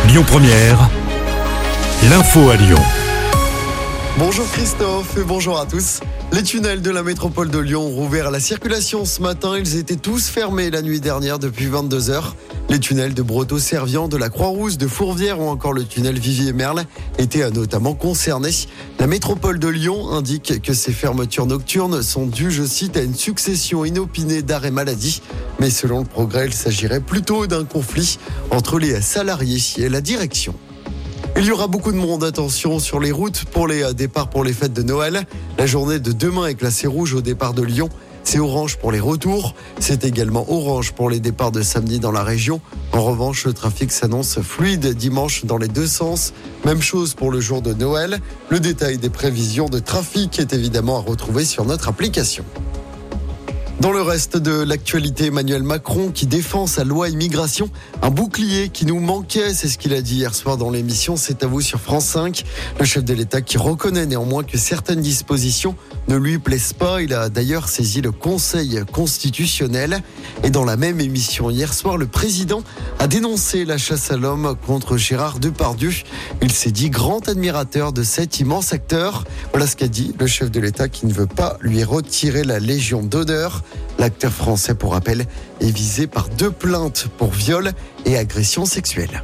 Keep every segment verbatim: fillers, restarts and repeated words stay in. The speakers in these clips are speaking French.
Lyon Première, l'info à Lyon. Bonjour Christophe et bonjour à tous. Les tunnels de la métropole de Lyon ont rouvert à la circulation ce matin. Ils étaient tous fermés la nuit dernière depuis vingt-deux heures. Les tunnels de Breteau-Servian, de la Croix-Rousse, de Fourvière ou encore le tunnel Vivier-Merle étaient notamment concernés. La métropole de Lyon indique que ces fermetures nocturnes sont dues, je cite, à une succession inopinée d'arrêts maladie. Mais selon le Progrès, il s'agirait plutôt d'un conflit entre les salariés et la direction. Il y aura beaucoup de monde, attention, sur les routes pour les départs pour les fêtes de Noël. La journée de demain est classée rouge au départ de Lyon. C'est orange pour les retours. C'est également orange pour les départs de samedi dans la région. En revanche, le trafic s'annonce fluide dimanche dans les deux sens. Même chose pour le jour de Noël. Le détail des prévisions de trafic est évidemment à retrouver sur notre application. Dans le reste de l'actualité, Emmanuel Macron qui défend sa loi immigration, un bouclier qui nous manquait, c'est ce qu'il a dit hier soir dans l'émission C'est à vous sur France cinq. Le chef de l'État qui reconnaît néanmoins que certaines dispositions ne lui plaisent pas. Il a d'ailleurs saisi le Conseil constitutionnel. Et dans la même émission hier soir, le président a dénoncé la chasse à l'homme contre Gérard Depardieu. Il s'est dit grand admirateur de cet immense acteur. Voilà ce qu'a dit le chef de l'État qui ne veut pas lui retirer la Légion d'honneur. L'acteur français, pour rappel, est visé par deux plaintes pour viol et agression sexuelle.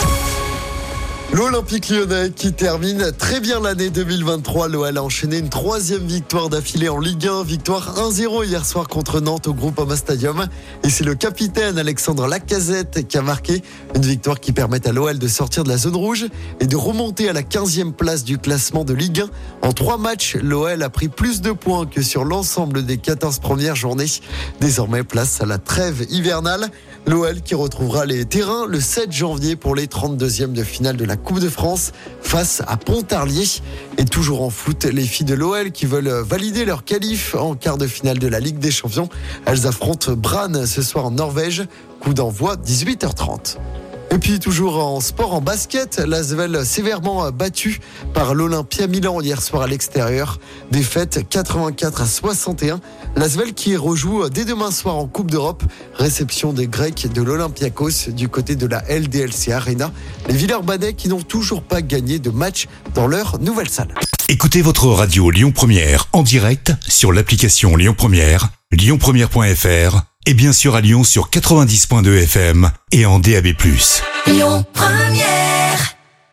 L'Olympique lyonnais qui termine très bien l'année deux mille vingt-trois. L'O L a enchaîné une troisième victoire d'affilée en Ligue un. Victoire un zéro hier soir contre Nantes au Groupama Stadium. Et c'est le capitaine Alexandre Lacazette qui a marqué une victoire qui permet à l'O L de sortir de la zone rouge et de remonter à la quinzième place du classement de Ligue un. En trois matchs, l'O L a pris plus de points que sur l'ensemble des quatorze premières journées. Désormais, place à la trêve hivernale. L'O L qui retrouvera les terrains le sept janvier pour les trente-deuxièmes de finale de la Coupe de France face à Pontarlier. Et toujours en foot, les filles de l'O L qui veulent valider leur qualif en quart de finale de la Ligue des Champions. Elles affrontent Brann ce soir en Norvège. Coup d'envoi dix-huit heures trente. Et puis toujours en sport, en basket, l'Asvel sévèrement battu par l'Olympia Milan hier soir à l'extérieur. Défaite quatre-vingt-quatre à soixante et un. L'Asvel qui rejoue dès demain soir en Coupe d'Europe. Réception des Grecs de l'Olympiakos du côté de la L D L C Arena. Les Villeurbanais qui n'ont toujours pas gagné de match dans leur nouvelle salle. Écoutez votre radio Lyon Première en direct sur l'application Lyon Première, lyon première point f r et bien sûr à Lyon sur quatre-vingt-dix point deux F M et en D A B plus. Lyon Première.